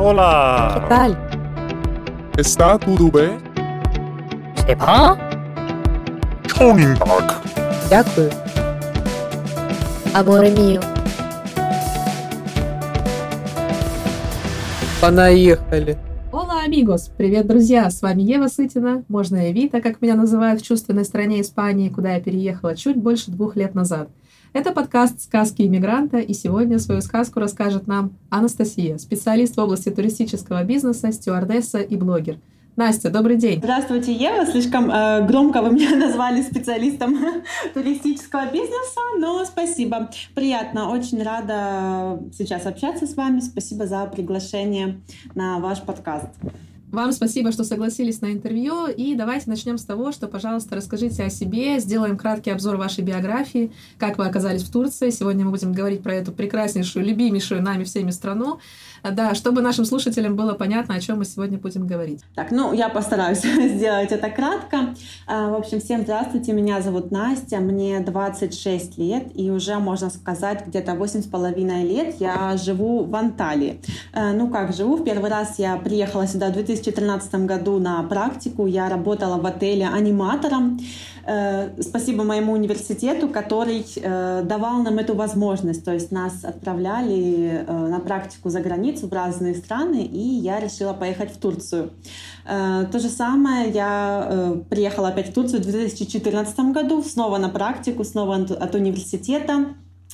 Hola. ¿Qué tal? ¿Está todo bien? Se va? Чонин так. Дякую. Amore mio. Понаехали. Hola, amigos! Привет, друзья! С вами Ева Сытина, можно Эвита, как меня называют в чувственной стране Испании, куда я переехала чуть больше 2 лет назад. Это подкаст «Сказки иммигранта», и сегодня свою сказку расскажет нам Анастасия, специалист в области туристического бизнеса, стюардесса и блогер. Настя, добрый день. Здравствуйте, Ева. Слишком громко вы меня назвали специалистом туристического бизнеса, но спасибо. Приятно, очень рада сейчас общаться с вами. Спасибо за приглашение на ваш подкаст. Вам спасибо, что согласились на интервью, и давайте начнем с того, что, пожалуйста, расскажите о себе, сделаем краткий обзор вашей биографии, как вы оказались в Турции. Сегодня мы будем говорить про эту прекраснейшую, любимейшую нами всеми страну. Да, чтобы нашим слушателям было понятно, о чем мы сегодня будем говорить. Так, я постараюсь сделать это кратко. В общем, всем здравствуйте, меня зовут Настя, мне 26 лет, и уже, можно сказать, где-то 8,5 лет я живу в Анталии. В первый раз я приехала сюда в 2013 году на практику, я работала в отеле аниматором. Спасибо моему университету, который давал нам эту возможность, то есть нас отправляли на практику за границу в разные страны, и я решила поехать в Турцию. То же самое, я приехала опять в Турцию в 2014 году, снова на практику, снова от университета,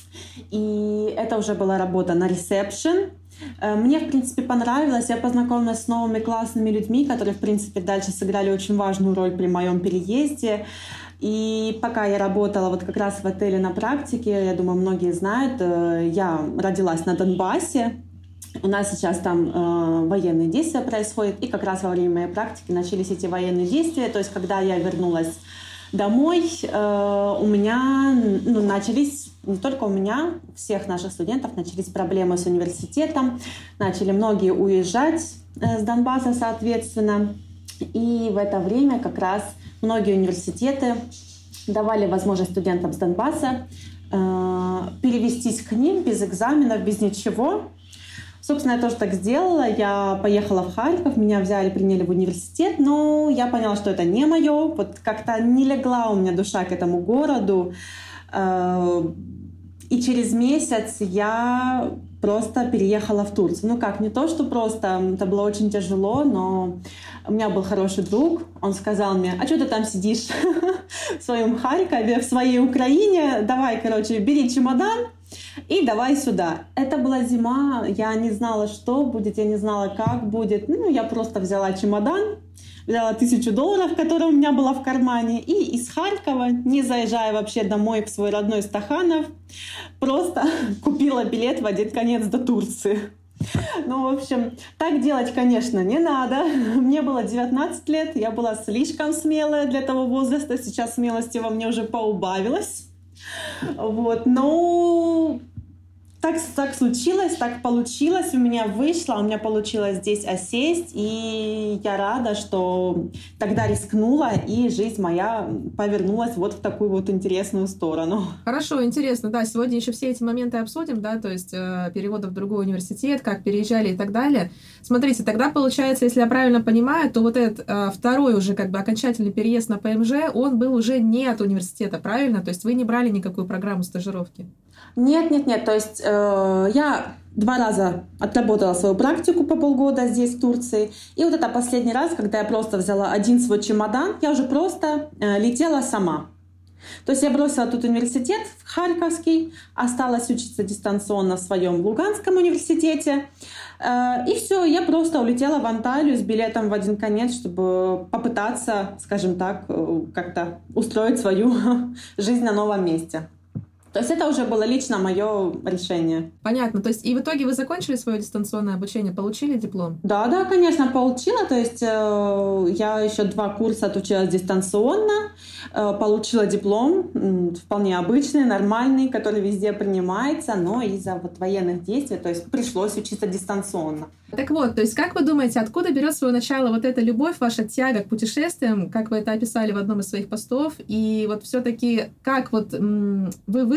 и это уже была работа на ресепшн. Мне, в принципе, понравилось. Я познакомилась с новыми классными людьми, которые, в принципе, дальше сыграли очень важную роль при моем переезде. И пока я работала как раз в отеле на практике, я думаю, многие знают, я родилась на Донбассе. У нас сейчас там военные действия происходят, и как раз во время моей практики начались эти военные действия. То есть, когда я вернулась домой, у меня начались, не только у меня, у всех наших студентов начались проблемы с университетом, начали многие уезжать с Донбасса, соответственно, и в это время как раз многие университеты давали возможность студентам с Донбасса перевестись к ним без экзаменов, без ничего. Собственно, я тоже так сделала. Я поехала в Харьков, меня взяли, приняли в университет, но я поняла, что это не мое. Как-то не легла у меня душа к этому городу. И через месяц я просто переехала в Турцию. Не то, что просто, это было очень тяжело, но у меня был хороший друг. Он сказал мне: а что ты там сидишь в своем Харькове, в своей Украине? Давай, бери чемодан и давай сюда. Это была зима, я не знала, что будет, я не знала, как будет. Я просто взяла чемодан, взяла $1000, которая у меня была в кармане, и из Харькова, не заезжая вообще домой в свой родной Стаханов, просто купила билет в один конец до Турции. В общем, так делать, конечно, не надо. Мне было 19 лет, я была слишком смелая для того возраста, сейчас смелости во мне уже поубавилось. Так случилось, так получилось, у меня вышло, у меня получилось здесь осесть, и я рада, что тогда рискнула, и жизнь моя повернулась в такую интересную сторону. Хорошо, интересно, да, сегодня еще все эти моменты обсудим, да, то есть переводы в другой университет, как переезжали и так далее. Смотрите, тогда получается, если я правильно понимаю, то этот второй уже окончательный переезд на ПМЖ, он был уже не от университета, правильно? То есть вы не брали никакую программу стажировки? Нет. То есть я 2 раза отработала свою практику по полгода здесь, в Турции. И это последний раз, когда я просто взяла один свой чемодан, я уже просто летела сама. То есть я бросила тут университет Харьковский, осталась учиться дистанционно в своем Луганском университете. И все, я просто улетела в Анталию с билетом в один конец, чтобы попытаться, скажем так, как-то устроить свою жизнь на новом месте. То есть это уже было лично мое решение. Понятно. То есть и в итоге вы закончили свое дистанционное обучение, получили диплом? Да, конечно, получила. То есть я еще 2 курса отучилась дистанционно, получила диплом, вполне обычный, нормальный, который везде принимается, но из-за военных действий, то есть пришлось учиться дистанционно. Так вот, то есть как вы думаете, откуда берет свое начало эта любовь, ваша тяга к путешествиям, как вы это описали в одном из своих постов, и все-таки как вы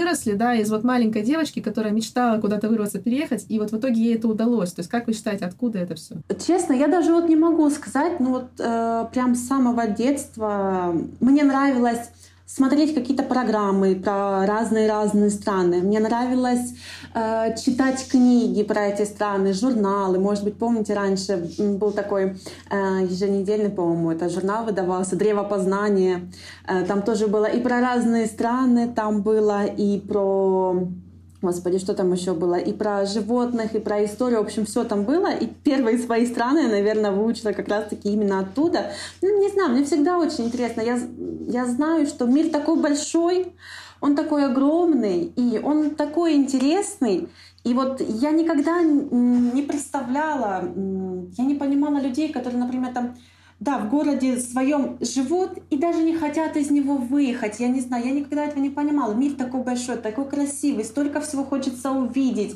выросли, да, из вот маленькой девочки, которая мечтала куда-то вырваться, переехать, и вот в итоге ей это удалось. То есть как вы считаете, откуда это все? Честно, я даже вот не могу сказать, но вот прям с самого детства мне нравилось смотреть какие-то программы про разные страны. Мне нравилось читать книги про эти страны, журналы. Может быть, помните, раньше был такой еженедельный, по-моему, это журнал выдавался «Древо познания». Там тоже было и про разные страны, там было и про... Господи, что там еще было? И про животных, и про историю. В общем, все там было. И первые свои страны я, наверное, выучила как раз-таки именно оттуда. Ну, не знаю, мне всегда очень интересно. Я знаю, что мир такой большой, он такой огромный, и он такой интересный. И вот я никогда не представляла, я не понимала людей, которые, например, там, да, в городе своем живут и даже не хотят из него выехать. Я не знаю, я никогда этого не понимала. Мир такой большой, такой красивый, столько всего хочется увидеть.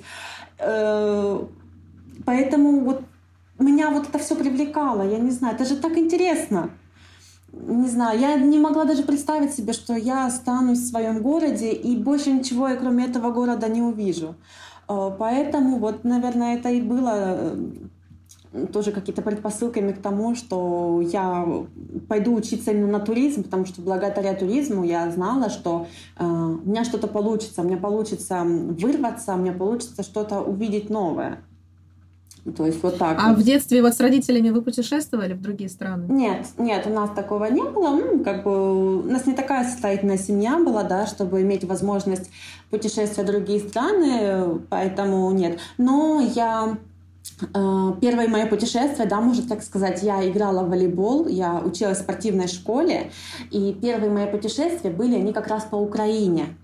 Поэтому вот меня вот это все привлекало. Я не знаю, это же так интересно. Не знаю, я не могла даже представить себе, что я останусь в своем городе и больше ничего я кроме этого города не увижу. Поэтому вот, наверное, это и было тоже какие-то предпосылками к тому, что я пойду учиться именно на туризм, потому что благодаря туризму я знала, что у меня что-то получится, мне получится вырваться, мне получится что-то увидеть новое. То есть вот так. А вот в детстве вот с родителями вы путешествовали в другие страны? Нет, у нас такого не было. Ну, как бы у нас не такая состоятельная семья была, да, чтобы иметь возможность путешествовать в другие страны, поэтому нет. Но я первое мое путешествие, да, можно так сказать, я играла в волейбол, я училась в спортивной школе, и первые мои путешествия были они как раз по Украине.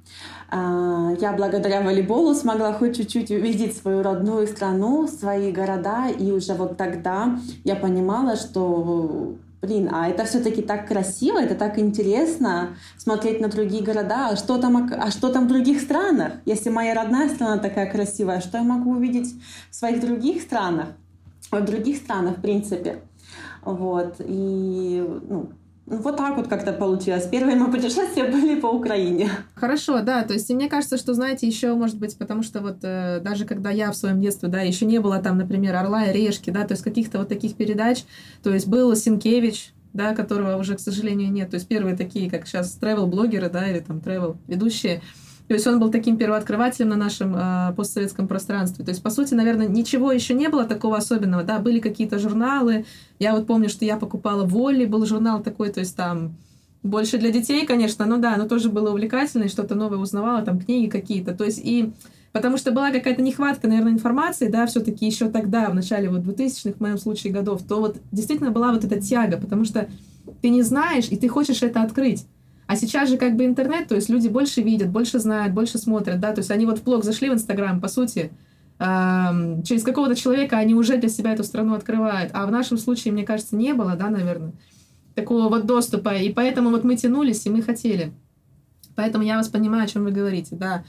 Я благодаря волейболу смогла хоть чуть-чуть увидеть свою родную страну, свои города, и уже вот тогда я понимала, что а это все-таки так красиво, это так интересно смотреть на другие города. А что там в других странах? Если моя родная страна такая красивая, что я могу увидеть в своих других странах? В других странах, в принципе. Вот. И вот так вот как-то получилось. Первые мои путешествия были по Украине. Хорошо, да. То есть, и мне кажется, что, знаете, еще, может быть, потому что вот даже когда я в своем детстве, да, еще не было там, например, «Орла и решки», да, то есть каких-то вот таких передач. То есть был Сенкевич, да, которого уже, к сожалению, нет. То есть первые такие, как сейчас travel-блогеры, да, или там travel-ведущие. То есть он был таким первооткрывателем на нашем постсоветском пространстве. То есть, по сути, наверное, ничего еще не было такого особенного. Да, были какие-то журналы. Я вот помню, что я покупала «Волли», был журнал такой, то есть там больше для детей, конечно, но да, но тоже было увлекательно, что-то новое узнавала, там книги какие-то. То есть и потому что была какая-то нехватка, наверное, информации, да, все-таки еще тогда, в начале вот 2000-х, в моем случае, годов, то вот действительно была вот эта тяга, потому что ты не знаешь, и ты хочешь это открыть. А сейчас же как бы интернет, то есть люди больше видят, больше знают, больше смотрят, да, то есть они вот в блог зашли в Инстаграм, по сути, через какого-то человека они уже для себя эту страну открывают, а в нашем случае, мне кажется, не было, да, наверное, такого вот доступа, и поэтому вот мы тянулись, и мы хотели. Поэтому я вас понимаю, о чем вы говорите, да.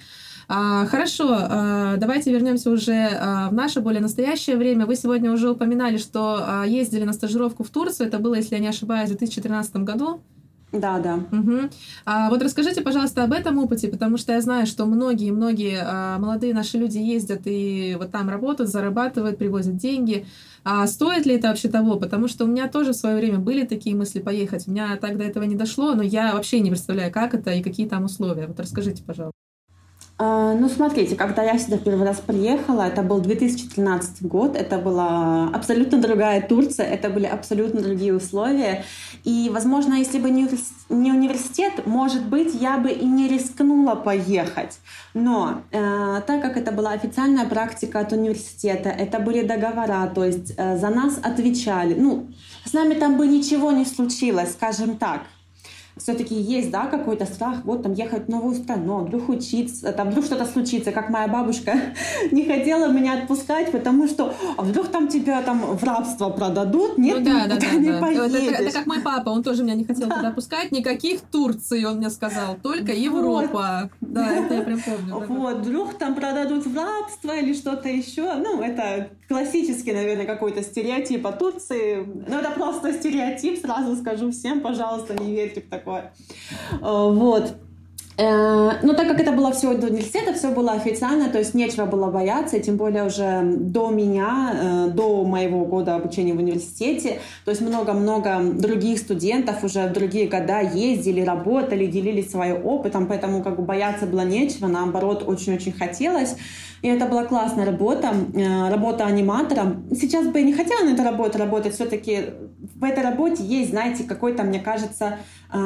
Хорошо, давайте вернемся уже в наше более настоящее время. Вы сегодня уже упоминали, что ездили на стажировку в Турцию, это было, если я не ошибаюсь, в 2013 году. Да. Угу. Вот расскажите, пожалуйста, об этом опыте, потому что я знаю, что многие молодые наши люди ездят и вот там работают, зарабатывают, привозят деньги. Стоит ли это вообще того? Потому что у меня тоже в свое время были такие мысли поехать. У меня так до этого не дошло, но я вообще не представляю, как это и какие там условия. Вот расскажите, пожалуйста. Ну, смотрите, когда я сюда первый раз приехала, это был 2013 год, это была абсолютно другая Турция, это были абсолютно другие условия. И, возможно, если бы не университет, может быть, я бы и не рискнула поехать. Но так как это была официальная практика от университета, это были договора, то есть за нас отвечали. Ну, с нами там бы ничего не случилось, скажем так. Все-таки есть, да, какой-то страх, вот там ехать в новую страну, вдруг учиться, там вдруг что-то случится, как моя бабушка не хотела меня отпускать, потому что вдруг там тебя там в рабство продадут, нет, ну, да, не поедешь. Это как мой папа, он тоже меня не хотел туда пускать, никаких Турций, он мне сказал, только Европа. Вот. Да, это я прям помню. Вот, вдруг там продадут в рабство или что-то еще, ну, это классический, наверное, какой-то стереотип о Турции, но это просто стереотип, сразу скажу всем, пожалуйста, не верьте в такое. Вот. Но так как это было все до университета, все было официально, то есть нечего было бояться, и тем более уже до меня, до моего года обучения в университете, то есть много-много других студентов уже в другие года ездили, работали, делились своим опытом, поэтому как бы бояться было нечего, наоборот, очень-очень хотелось. И это была классная работа, работа аниматором. Сейчас бы я не хотела на этой работе работать, все-таки в этой работе есть, знаете, какой-то, мне кажется,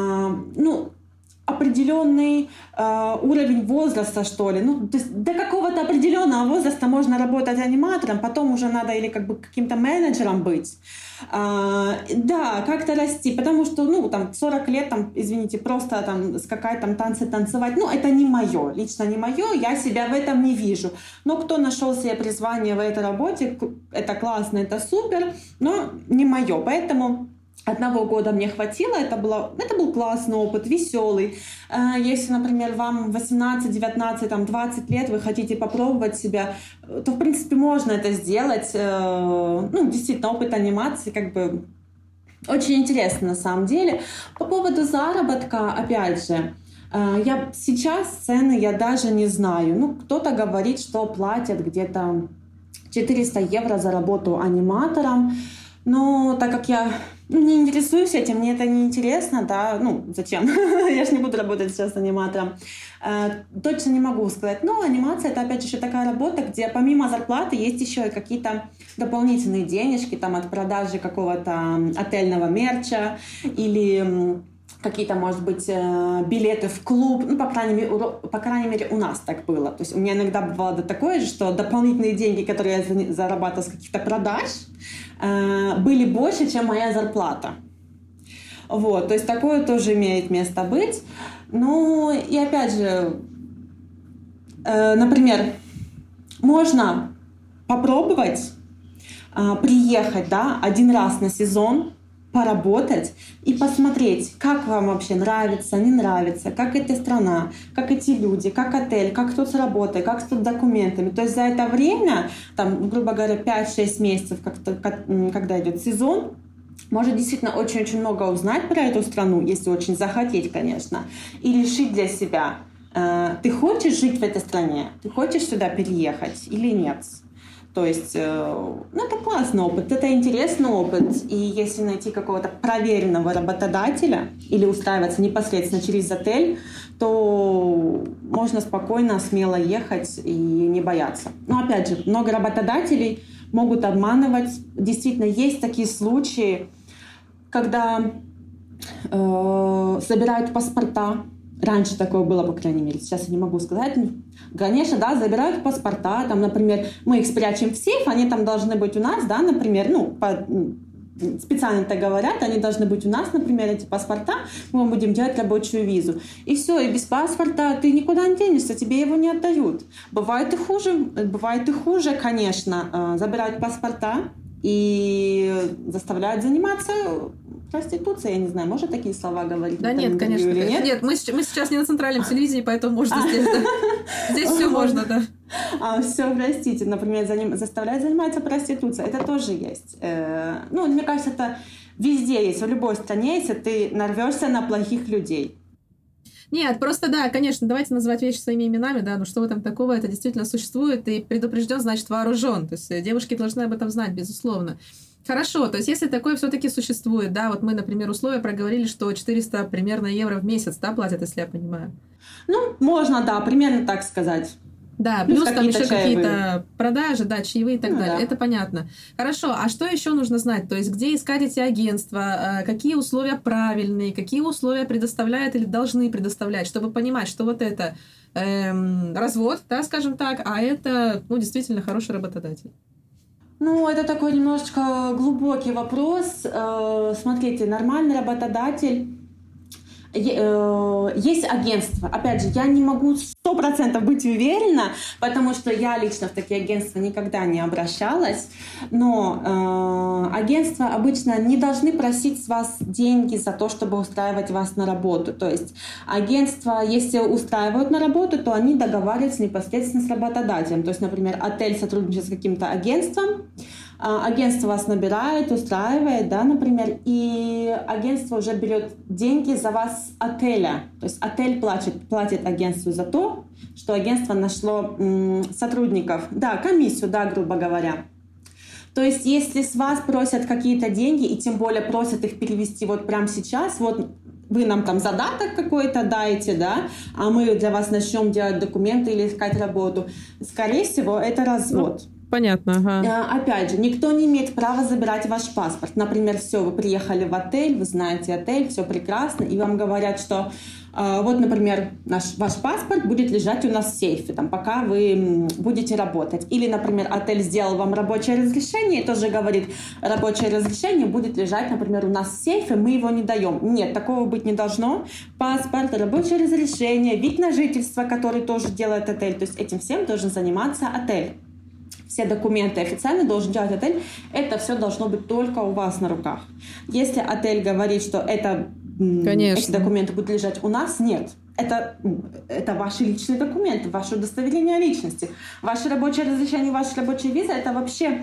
определенный уровень возраста, что ли. Ну, то есть до какого-то определенного возраста можно работать аниматором, потом уже надо или как бы каким-то менеджером быть. Да, как-то расти, потому что, там, 40 лет, там, извините, просто там скакать, там, танцы танцевать, это не мое, лично не мое, я себя в этом не вижу. Но кто нашел себе призвание в этой работе, это классно, это супер, но не мое, поэтому 1 года мне хватило, это был классный опыт, веселый. Если, например, вам 18, 19, 20 лет, вы хотите попробовать себя, то, в принципе, можно это сделать. Действительно, опыт анимации как бы очень интересно на самом деле. По поводу заработка, опять же, я сейчас цены я даже не знаю. Кто-то говорит, что платят где-то 400 евро за работу аниматором. Но так как я не интересуюсь этим, мне это не интересно, да, зачем? Я же не буду работать сейчас аниматором. Точно не могу сказать. Но анимация — это, опять же, еще такая работа, где помимо зарплаты есть еще и какие-то дополнительные денежки, там, от продажи какого-то отельного мерча или какие-то, может быть, билеты в клуб. По крайней мере, у нас так было. То есть у меня иногда бывало такое же, что дополнительные деньги, которые я зарабатывала с каких-то продаж, были больше, чем моя зарплата. То есть такое тоже имеет место быть. И опять же, например, можно попробовать приехать, 1 раз на сезон, поработать и посмотреть, как вам вообще нравится, не нравится, как эта страна, как эти люди, как отель, как тут с работой, как с тут документами. То есть за это время, грубо говоря, 5-6 месяцев, когда идет сезон, можно действительно очень-очень много узнать про эту страну, если очень захотеть, конечно, и решить для себя, ты хочешь жить в этой стране, ты хочешь сюда переехать или нет. То есть, это классный опыт, это интересный опыт. И если найти какого-то проверенного работодателя или устраиваться непосредственно через отель, то можно спокойно, смело ехать и не бояться. Но опять же, много работодателей могут обманывать. Действительно, есть такие случаи, когда собирают паспорта. Раньше такое было, по крайней мере, сейчас я не могу сказать. Конечно, забирают паспорта, например, мы их спрячем в сейф, они там должны быть у нас, например, специально так говорят, они должны быть у нас, например, эти паспорта, мы будем делать рабочую визу. И все, и без паспорта ты никуда не денешься, тебе его не отдают. Бывает и хуже, конечно, забирают паспорта и заставляют заниматься проституция, я не знаю, можно такие слова говорить? Да нет, конечно. Нет, мы сейчас не на центральном телевидении, поэтому можно здесь. Здесь все можно, да. Все, простите. Например, заставлять заниматься проституцией. Это тоже есть. Мне кажется, это везде есть, в любой стране, если ты нарвешься на плохих людей. Нет, просто да, конечно, давайте называть вещи своими именами, что в этом такого, это действительно существует, и предупрежден, значит вооружен. То есть девушки должны об этом знать, безусловно. Хорошо, то есть если такое все-таки существует, мы, например, условия проговорили, что 400 примерно евро в месяц, платят, если я понимаю. Можно, примерно так сказать. Да, плюс там еще какие-то продажи, чаевые и так далее. Да. Это понятно. Хорошо, а что еще нужно знать? То есть где искать эти агентства, какие условия правильные, какие условия предоставляют или должны предоставлять, чтобы понимать, что вот это развод, скажем так, а это действительно хороший работодатель. Это такой немножечко глубокий вопрос. Смотрите, нормальный работодатель. Есть агентство. Опять же, я не могу 100% быть уверена, потому что я лично в такие агентства никогда не обращалась. Но агентства обычно не должны просить с вас деньги за то, чтобы устраивать вас на работу. То есть агентства, если устраивают на работу, то они договариваются непосредственно с работодателем. То есть, например, отель сотрудничает с каким-то агентством, агентство вас набирает, устраивает, да, например, и агентство уже берет деньги за вас отеля. То есть отель платит агентству за то, что агентство нашло сотрудников. Да, комиссию, да, грубо говоря. То есть если с вас просят какие-то деньги, и тем более просят их перевести вот прямо сейчас, вот вы нам там задаток какой-то дайте, да, а мы для вас начнем делать документы или искать работу, скорее всего, это развод. Понятно, ага. Опять же, никто не имеет права забирать ваш паспорт. Например, все, вы приехали в отель, вы знаете отель, все прекрасно, и вам говорят, что вот, например, ваш паспорт будет лежать у нас в сейфе, там, пока вы будете работать. Или, например, отель сделал вам рабочее разрешение и тоже говорит, рабочее разрешение будет лежать, например, у нас в сейфе, мы его не даем. Нет, такого быть не должно. Паспорт, рабочее разрешение, вид на жительство, который тоже делает отель. То есть этим всем должен заниматься отель. Все документы официально должен делать отель. Это все должно быть только у вас на руках. Если отель говорит, что эти документы будут лежать у нас, нет. Это ваши личные документы, ваше удостоверение личности. Ваше рабочее разрешение, ваша рабочая виза – это вообще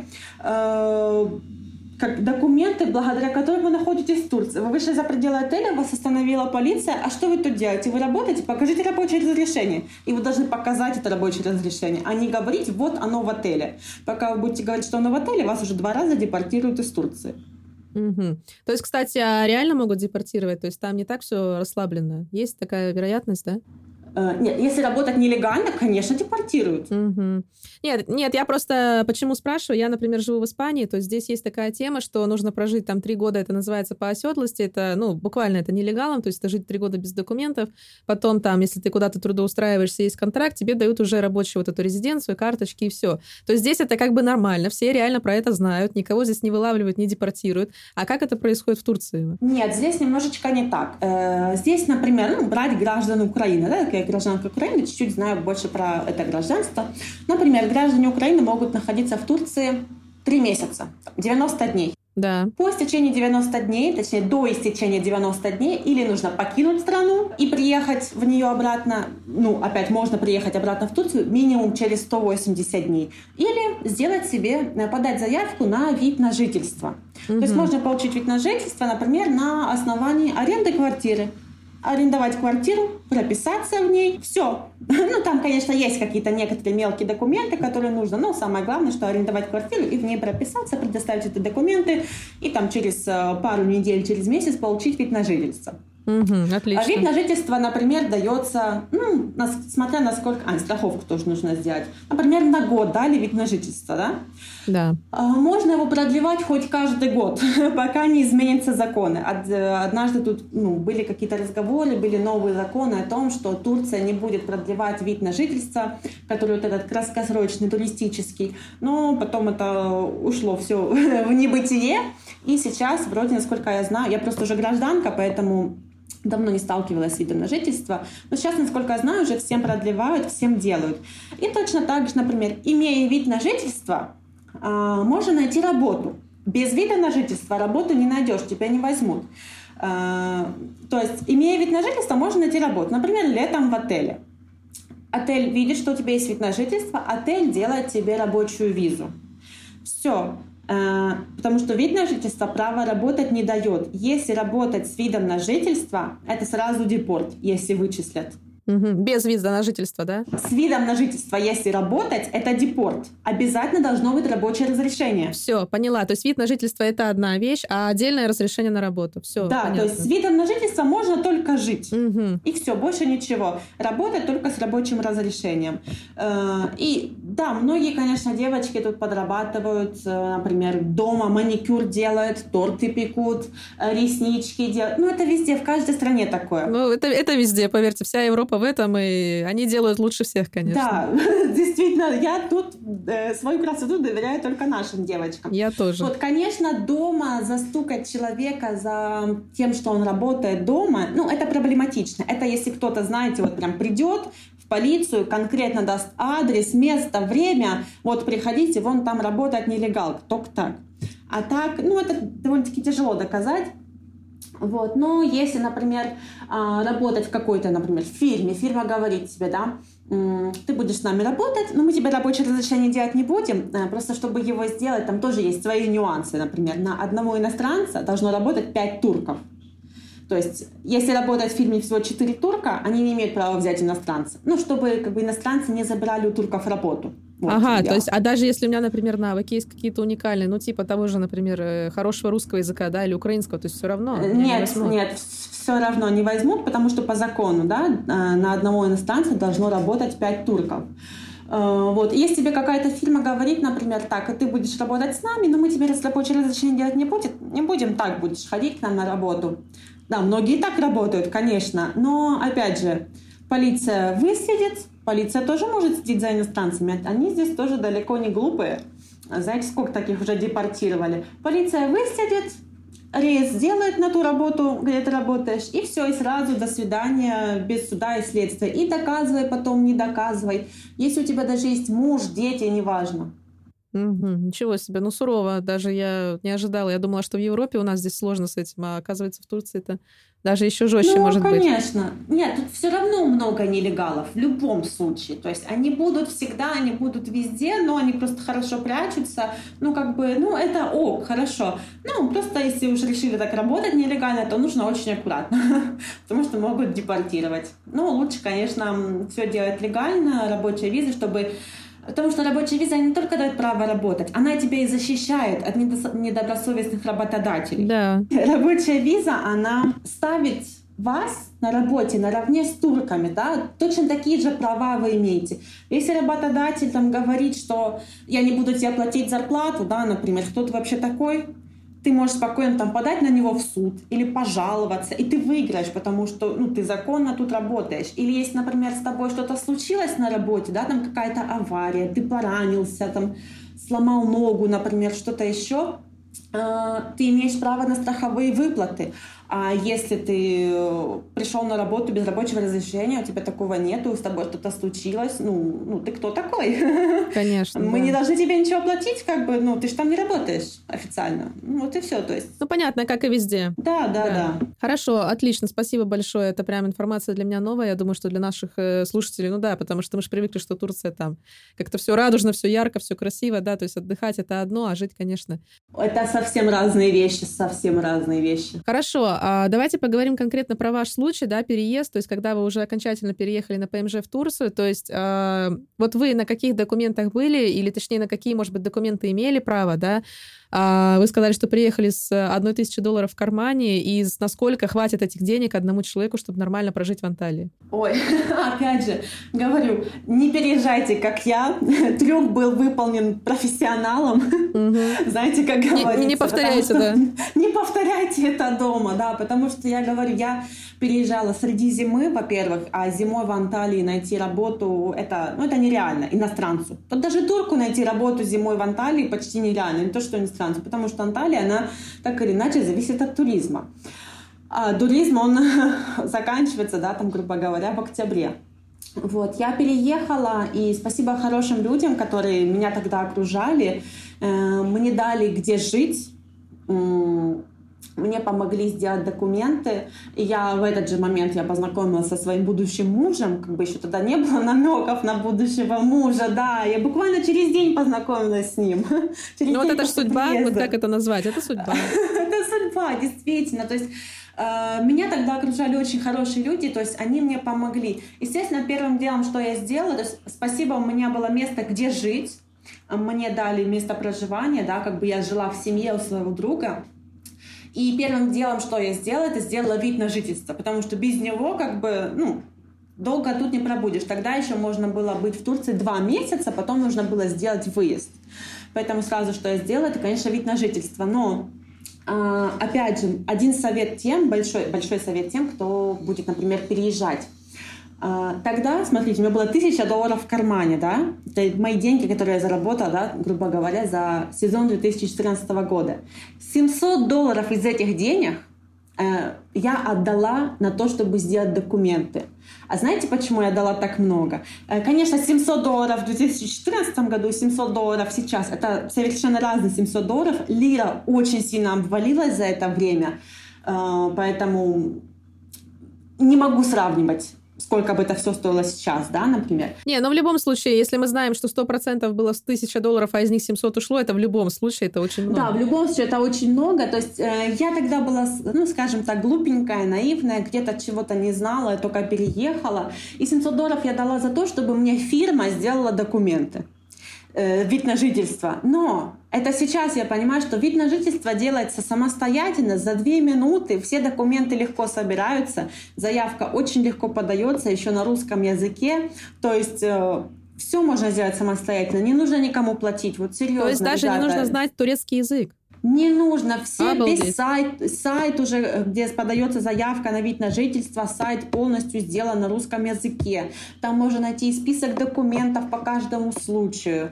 как документы, благодаря которым вы находитесь в Турции. Вы вышли за пределы отеля, вас остановила полиция. А что вы тут делаете? Вы работаете? Покажите рабочее разрешение. И вы должны показать это рабочее разрешение, а не говорить, вот оно в отеле. Пока вы будете говорить, что оно в отеле, вас уже 2 раза депортируют из Турции. Угу. То есть, кстати, реально могут депортировать? То есть там не так все расслаблено? Есть такая вероятность, да? Нет, если работать нелегально, конечно, депортируют. Угу. Нет, я просто почему спрашиваю? Я, например, живу в Испании, то есть здесь есть такая тема, что нужно прожить там 3 года, это называется по оседлости, это, буквально это нелегалом, то есть это жить 3 года без документов, потом там, если ты куда-то трудоустраиваешься, есть контракт, тебе дают уже рабочую вот эту резиденцию, карточки и все. То есть здесь это как бы нормально, все реально про это знают, никого здесь не вылавливают, не депортируют. А как это происходит в Турции? Нет, здесь немножечко не так. Здесь, например, брать граждан Украины, да, такая гражданка Украины, чуть-чуть знаю больше про это гражданство. Например, граждане Украины могут находиться в Турции 3 месяца, 90 дней. Да. По истечении 90 дней, точнее, до истечения 90 дней, или нужно покинуть страну и приехать в нее обратно, опять можно приехать обратно в Турцию минимум через 180 дней, или сделать себе, подать заявку на вид на жительство. То есть можно получить вид на жительство, например, на основании аренды квартиры. Арендовать квартиру, прописаться в ней, все. Там, конечно, есть какие-то некоторые мелкие документы, которые нужно, но самое главное, что арендовать квартиру и в ней прописаться, предоставить эти документы, и там через пару недель, через месяц получить вид на жительство. Отлично. Вид на жительство, например, дается, смотря на сколько... страховку тоже нужно сделать. Например, на год дали вид на жительство, да? Да. Можно его продлевать хоть каждый год, пока не изменятся законы. Однажды тут были какие-то разговоры, были новые законы о том, что Турция не будет продлевать вид на жительство, который вот этот краткосрочный, туристический. Но потом это ушло все в небытие. И сейчас, вроде, насколько я знаю, я просто уже гражданка, поэтому давно не сталкивалась с видом на жительство. Но сейчас, насколько я знаю, уже всем продлевают, всем делают. И точно так же, например, имея вид на жительство, можно найти работу. Без вида на жительство работу не найдешь, тебя не возьмут. То есть, имея вид на жительство, можно найти работу. Например, летом в отеле. Отель видит, что у тебя есть вид на жительство, отель делает тебе рабочую визу. Все. Потому что вид на жительство право работать не дает. Если работать с видом на жительство, это сразу депорт, если вычислят. Без вида на жительство, да? С видом на жительство, если работать, это депорт. Обязательно должно быть рабочее разрешение. Все, поняла. То есть вид на жительство – это одна вещь, а отдельное разрешение на работу. Все, да, понятно. То есть с видом на жительство можно только жить. И все, больше ничего. Работать только с рабочим разрешением. И да, многие, конечно, девочки тут подрабатывают, например, дома маникюр делают, торты пекут, реснички делают. Это везде, в каждой стране такое. Это везде, поверьте, вся Европа в этом, и они делают лучше всех, конечно. Да, действительно, я тут свою красоту доверяю только нашим девочкам. Я тоже. Вот, конечно, дома застукать человека за тем, что он работает дома, это проблематично. Это если кто-то, знаете, вот прям придет в полицию, конкретно даст адрес, место, время, вот приходите, вон там работает нелегал, только так. А так, это довольно-таки тяжело доказать. Вот. Но если, например, работать в какой-то, например, фирме, фирма говорит тебе, да, ты будешь с нами работать, но мы тебе рабочее разрешение делать не будем, просто чтобы его сделать, там тоже есть свои нюансы. Например, на одного иностранца должно работать 5 турков. То есть, если работает в фирме всего 4 турка, они не имеют права взять иностранца. Ну, чтобы как бы иностранцы не забирали у турков работу. Вот, ага, то есть, а даже если у меня, например, навыки есть какие-то уникальные, ну, типа того же, например, хорошего русского языка, да, или украинского, то есть все равно? Нет, все равно не возьмут, потому что по закону, да, на одного иностранца должно работать 5 турков. Вот. Если тебе какая-то фирма говорит, например, так, ты будешь работать с нами, но мы тебе рабочее разрешение делать не будем, так будешь ходить к нам на работу. Да, многие так работают, конечно, но, опять же, полиция выследит, полиция тоже может следить за иностранцами, они здесь тоже далеко не глупые. Знаете, сколько таких уже депортировали? Полиция выследит, рейс сделает на ту работу, где ты работаешь, и все, и сразу до свидания, без суда и следствия. И доказывай потом, не доказывай. Если у тебя даже есть муж, дети, неважно. Ничего себе, ну сурово, даже я не ожидала. Я думала, что в Европе у нас здесь сложно с этим, а оказывается в Турции это даже еще жестче может быть. Ну, конечно. Нет, тут все равно много нелегалов, в любом случае. То есть они будут всегда, они будут везде, но они просто хорошо прячутся. Ну, как бы, ну, это хорошо. Ну, просто если уж решили так работать нелегально, то нужно очень аккуратно, потому что могут депортировать. Ну, лучше, конечно, все делать легально, рабочая виза, чтобы... Потому что рабочая виза не только дает право работать, она тебя и защищает от недобросовестных работодателей. Да. Рабочая виза, она ставит вас на работе наравне с турками, да, точно такие же права вы имеете. Если работодатель там говорит, что я не буду тебе платить зарплату, да, например, кто ты вообще такой, ты можешь спокойно там подать на него в суд или пожаловаться, и ты выиграешь, потому что ты законно тут работаешь. Или если, например, с тобой что-то случилось на работе, да, там какая-то авария, ты поранился, там сломал ногу, например, что-то еще, ты имеешь право на страховые выплаты. А если ты пришел на работу без рабочего разрешения, у тебя такого нету, с тобой что-то случилось, ты кто такой? Конечно. Мы не должны тебе ничего платить, как бы, ты же там не работаешь официально. Вот и все, то есть. Ну, понятно, как и везде. Да. Хорошо, отлично, спасибо большое. Это прям информация для меня новая. Я думаю, что для наших слушателей, потому что мы же привыкли, что Турция там как-то все радужно, все ярко, все красиво, да, то есть отдыхать это одно, а жить, конечно. Это совсем разные вещи. Хорошо, давайте поговорим конкретно про ваш случай, да, переезд, то есть когда вы уже окончательно переехали на ПМЖ в Турцию, то есть вот вы на каких документах были, или точнее на какие, может быть, документы имели право, да? Вы сказали, что приехали с $1000 в кармане, и насколько хватит этих денег одному человеку, чтобы нормально прожить в Анталии? Ой, опять же, говорю, не переезжайте, как я. Трюк был выполнен профессионалом. Знаете, как говорится. Не повторяйте, да. Не повторяйте это дома, да, потому что я говорю, я переезжала среди зимы, во-первых, а зимой в Анталии найти работу, это нереально иностранцу. Тут даже турку найти работу зимой в Анталии почти нереально, не то что иностранцу, потому что Анталия, она так или иначе зависит от туризма. А туризм, он заканчивается, да, там, грубо говоря, в октябре. Вот, я переехала, и спасибо хорошим людям, которые меня тогда окружали, мне дали где жить, мне помогли сделать документы, и я в этот же момент познакомилась со своим будущим мужем, как бы еще тогда не было намеков на будущего мужа, да, я буквально через день познакомилась с ним. Вот это же судьба, вот как это назвать, это судьба. Это судьба, действительно, то есть меня тогда окружали очень хорошие люди, то есть они мне помогли. Естественно, первым делом, что я сделала, то есть спасибо, у меня было место, где жить, мне дали место проживания, да, как бы я жила в семье у своего друга. И первым делом, что я сделала, это сделала вид на жительство, потому что без него как бы, долго тут не пробудешь. Тогда еще можно было быть в Турции 2 месяца, потом нужно было сделать выезд. Поэтому сразу, что я сделала, это, конечно, вид на жительство. Но, опять же, один совет тем, большой совет тем, кто будет, например, переезжать. Тогда, смотрите, у меня было $1000 в кармане, да, это мои деньги, которые я заработала, да, грубо говоря, за сезон 2014 года. $700 из этих денег я отдала на то, чтобы сделать документы. А знаете, почему я дала так много? Конечно, $700 в 2014 году и $700 сейчас — это совершенно разные $700. Лира очень сильно обвалилась за это время, поэтому не могу сравнивать. сколько бы это все стоило сейчас, да, например. Не, но в любом случае, если мы знаем, что 100% было $1000, а из них 700 ушло, это в любом случае это очень много. Да, в любом случае это очень много. То есть я тогда была, ну, скажем так, глупенькая, наивная, где-то чего-то не знала, я только переехала. И $700 я дала за то, чтобы мне фирма сделала документы. Вид на жительство. Но это сейчас я понимаю, что вид на жительство делается самостоятельно, за 2 минуты, все документы легко собираются, заявка очень легко подается, еще на русском языке. То есть все можно сделать самостоятельно, не нужно никому платить. Вот серьезно. То есть даже ребята, не нужно знать турецкий язык? Не нужно. Обалдеть. Весь сайт уже, где подается заявка на вид на жительство, сайт полностью сделан на русском языке. Там можно найти список документов по каждому случаю.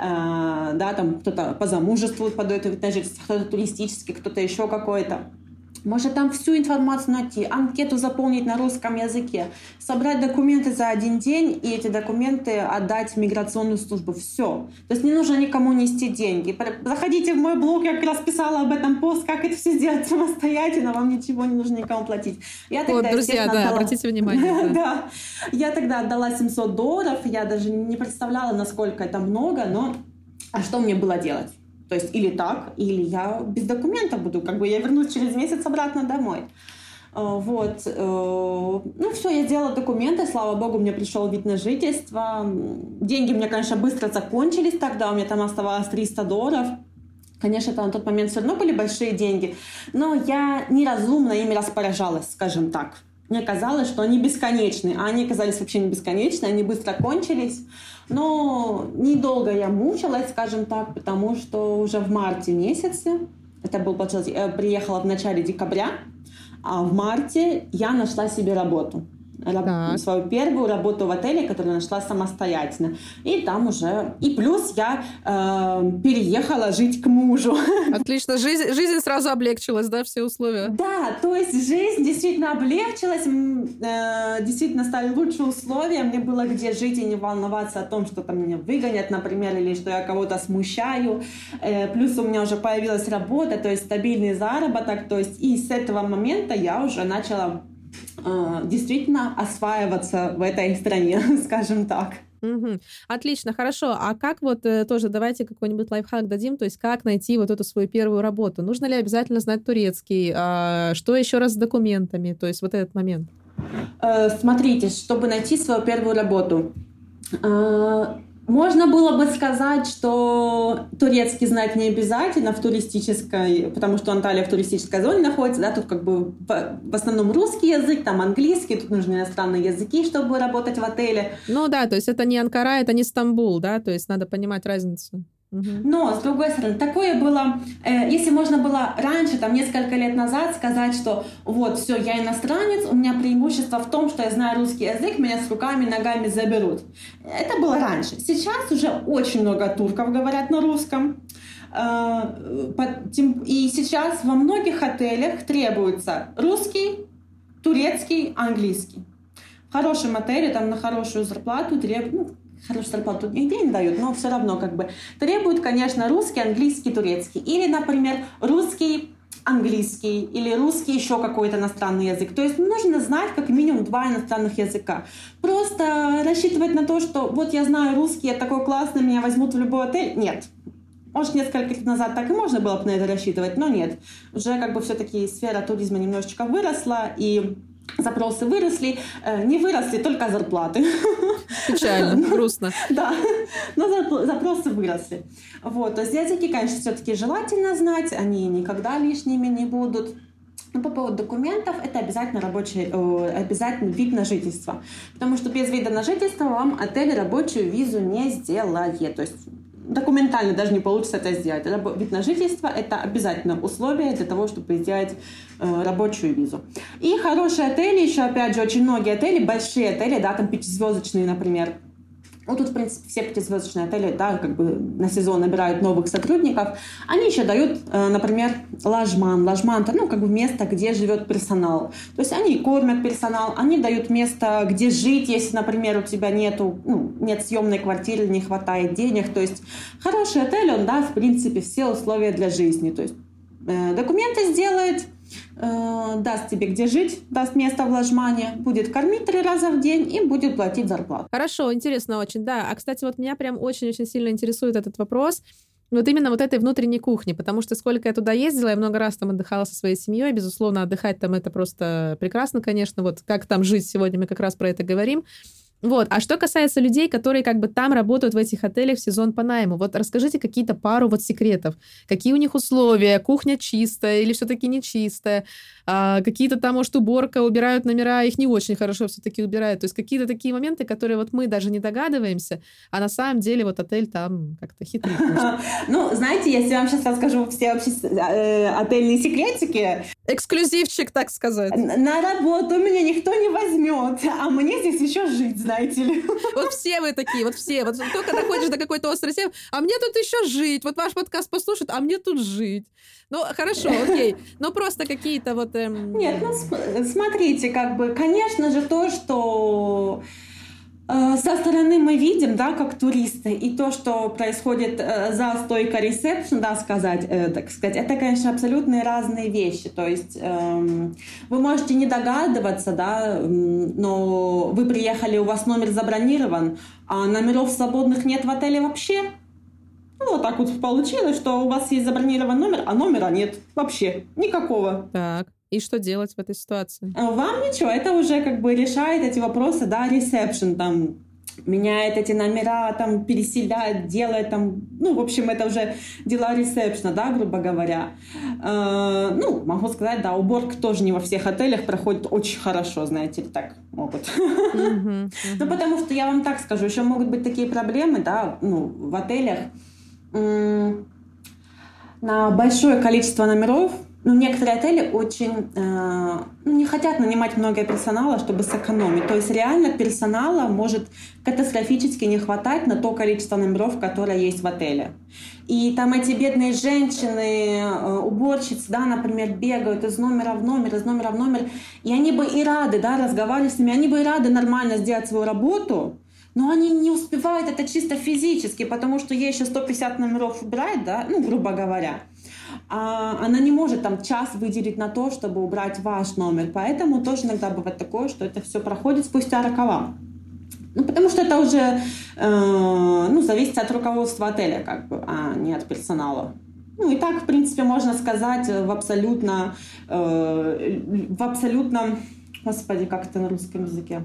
Да, там кто-то по замужеству подает вид на жительство, кто-то туристический, кто-то еще какой-то. Можно там всю информацию найти, анкету заполнить на русском языке, собрать документы за 1 день и эти документы отдать в миграционную службу. Все. То есть не нужно никому нести деньги. Заходите в мой блог, я как раз писала об этом пост, как это все сделать самостоятельно, вам ничего не нужно никому платить. Я тогда, друзья, да, обратите внимание. Да. Я тогда отдала $700, я даже не представляла, насколько это много, но а что мне было делать? То есть или так, или я без документов буду, как бы я вернусь через месяц обратно домой. Вот. Ну все, я сделала документы, слава богу, мне пришел вид на жительство. Деньги у меня, конечно, быстро закончились тогда, у меня там оставалось $300. Конечно, это на тот момент все равно были большие деньги, но я неразумно ими распоряжалась, скажем так. Мне казалось, что они бесконечны, а они оказались вообще не бесконечны, они быстро кончились. Но недолго я мучилась, скажем так, потому что уже в марте месяце, это был, получается, я приехала в начале декабря, а в марте я нашла себе работу. Свою первую работу в отеле, которую нашла самостоятельно. И там уже... И плюс я переехала жить к мужу. Отлично. Жизнь сразу облегчилась, да, все условия? Да, то есть жизнь действительно облегчилась, действительно стали лучше условия, мне было где жить и не волноваться о том, что там меня выгонят, например, или что я кого-то смущаю. Плюс у меня уже появилась работа, то есть стабильный заработок, то есть и с этого момента я уже начала действительно осваиваться в этой стране, скажем так. Угу. Отлично, хорошо. А как вот тоже, давайте какой-нибудь лайфхак дадим, то есть как найти вот эту свою первую работу? Нужно ли обязательно знать турецкий? Что еще раз с документами? То есть вот этот момент. Смотрите, чтобы найти свою первую работу, можно было бы сказать, что турецкий знать не обязательно в туристической, потому что Анталия в туристической зоне находится, да, тут как бы в основном русский язык, там английский, тут нужны иностранные языки, чтобы работать в отеле. Ну да, то есть это не Анкара, это не Стамбул, да, то есть надо понимать разницу. Но, с другой стороны, такое было, если можно было раньше, там, несколько лет назад сказать, что вот, все, я иностранец, у меня преимущество в том, что я знаю русский язык, меня с руками, ногами заберут. Это было раньше. Сейчас уже очень много турков говорят на русском. И сейчас во многих отелях требуется русский, турецкий, английский. В хорошем отеле, там, на хорошую зарплату требуют, хорошую зарплату нигде не дают, но все равно как бы требуют, конечно, русский, английский, турецкий. Или, например, русский, английский, или русский еще какой-то иностранный язык. То есть нужно знать как минимум 2 иностранных языка. Просто рассчитывать на то, что вот я знаю русский, я такой классный, меня возьмут в любой отель. Нет. Может, несколько лет назад так и можно было бы на это рассчитывать, но нет. Уже как бы все-таки сфера туризма немножечко выросла, и запросы выросли, не выросли только зарплаты. Печально, грустно. Да, но запросы выросли. Вот, то есть языки, конечно, все-таки желательно знать, они никогда лишними не будут. Но по поводу документов, это обязательно обязательно вид на жительство. Потому что без вида на жительство вам отель рабочую визу не сделает. То есть документально даже не получится это сделать. Вид на жительство – это обязательное условие для того, чтобы сделать рабочую визу. И хорошие отели, еще опять же, очень многие отели, большие отели, да, там 5-звездочные, например. Ну, тут, в принципе, все 5-звездочные отели, да, как бы на сезон набирают новых сотрудников. Они еще дают, например, ложман. Ложман – это, ну, как бы место, где живет персонал. То есть они кормят персонал, они дают место, где жить, если, например, у тебя нет съемной квартиры, не хватает денег. То есть хороший отель, он даст, в принципе, все условия для жизни. То есть документы сделает, даст тебе где жить, даст место вложения, будет кормить 3 раза в день и будет платить зарплату. Хорошо, интересно очень, да. А, кстати, вот меня прям очень-очень сильно интересует этот вопрос. Вот именно вот этой внутренней кухни, потому что сколько я туда ездила, я много раз там отдыхала со своей семьей, безусловно, отдыхать там это просто прекрасно, конечно, вот как там жить сегодня, мы как раз про это говорим. Вот. А что касается людей, которые как бы там работают в этих отелях в сезон по найму, вот расскажите какие-то пару вот секретов. Какие у них условия? Кухня чистая или все-таки не чистая? Какие-то там, может, уборка, убирают номера, их не очень хорошо все-таки убирают. То есть какие-то такие моменты, которые вот мы даже не догадываемся, а на самом деле вот отель там как-то хитрый. Ну, знаете, если я вам сейчас расскажу все вообще отельные секретики... Эксклюзивчик, так сказать. На работу меня никто не возьмет, а мне здесь еще жить, знаете ли. Вот все вы такие, вот все. Вот только доходишь до какой-то острой темы, а мне тут еще жить. Вот ваш подкаст послушают, а мне тут жить. Ну, хорошо, окей. Но просто какие-то вот... Нет, ну, смотрите, как бы, конечно же, то, что... со стороны мы видим, да, как туристы, и то, что происходит за стойкой ресепшн, да, так сказать, это, конечно, абсолютно разные вещи. То есть вы можете не догадываться, да, но вы приехали, у вас номер забронирован, а номеров свободных нет в отеле вообще. Ну, вот так вот получилось, что у вас есть забронирован номер, а номера нет вообще никакого. Так. И что делать в этой ситуации? Вам ничего, это уже как бы решает эти вопросы, да, ресепшн там меняет эти номера, там переселяет, делает там, ну, в общем, это уже дела ресепшна, да, грубо говоря. Ну, могу сказать, да, уборка тоже не во всех отелях проходит очень хорошо, знаете ли, так могут. Ну, потому что я вам так скажу, еще могут быть такие проблемы, да, ну, в отелях на большое количество номеров. Ну, некоторые отели очень не хотят нанимать много персонала, чтобы сэкономить. То есть реально персонала может катастрофически не хватать на то количество номеров, которое есть в отеле. И там эти бедные женщины, уборщицы, да, например, бегают из номера в номер, и они бы и рады, да, разговаривать с ними, они бы и рады нормально сделать свою работу, но они не успевают это чисто физически, потому что ей еще 150 номеров убирать, да, ну, грубо говоря. А она не может там час выделить на то, чтобы убрать ваш номер. Поэтому тоже иногда бывает такое, что это все проходит спустя рукава. Ну, потому что это уже зависит от руководства отеля, как бы, а не от персонала. Ну, и так, в принципе, можно сказать в абсолютно, господи, как это на русском языке?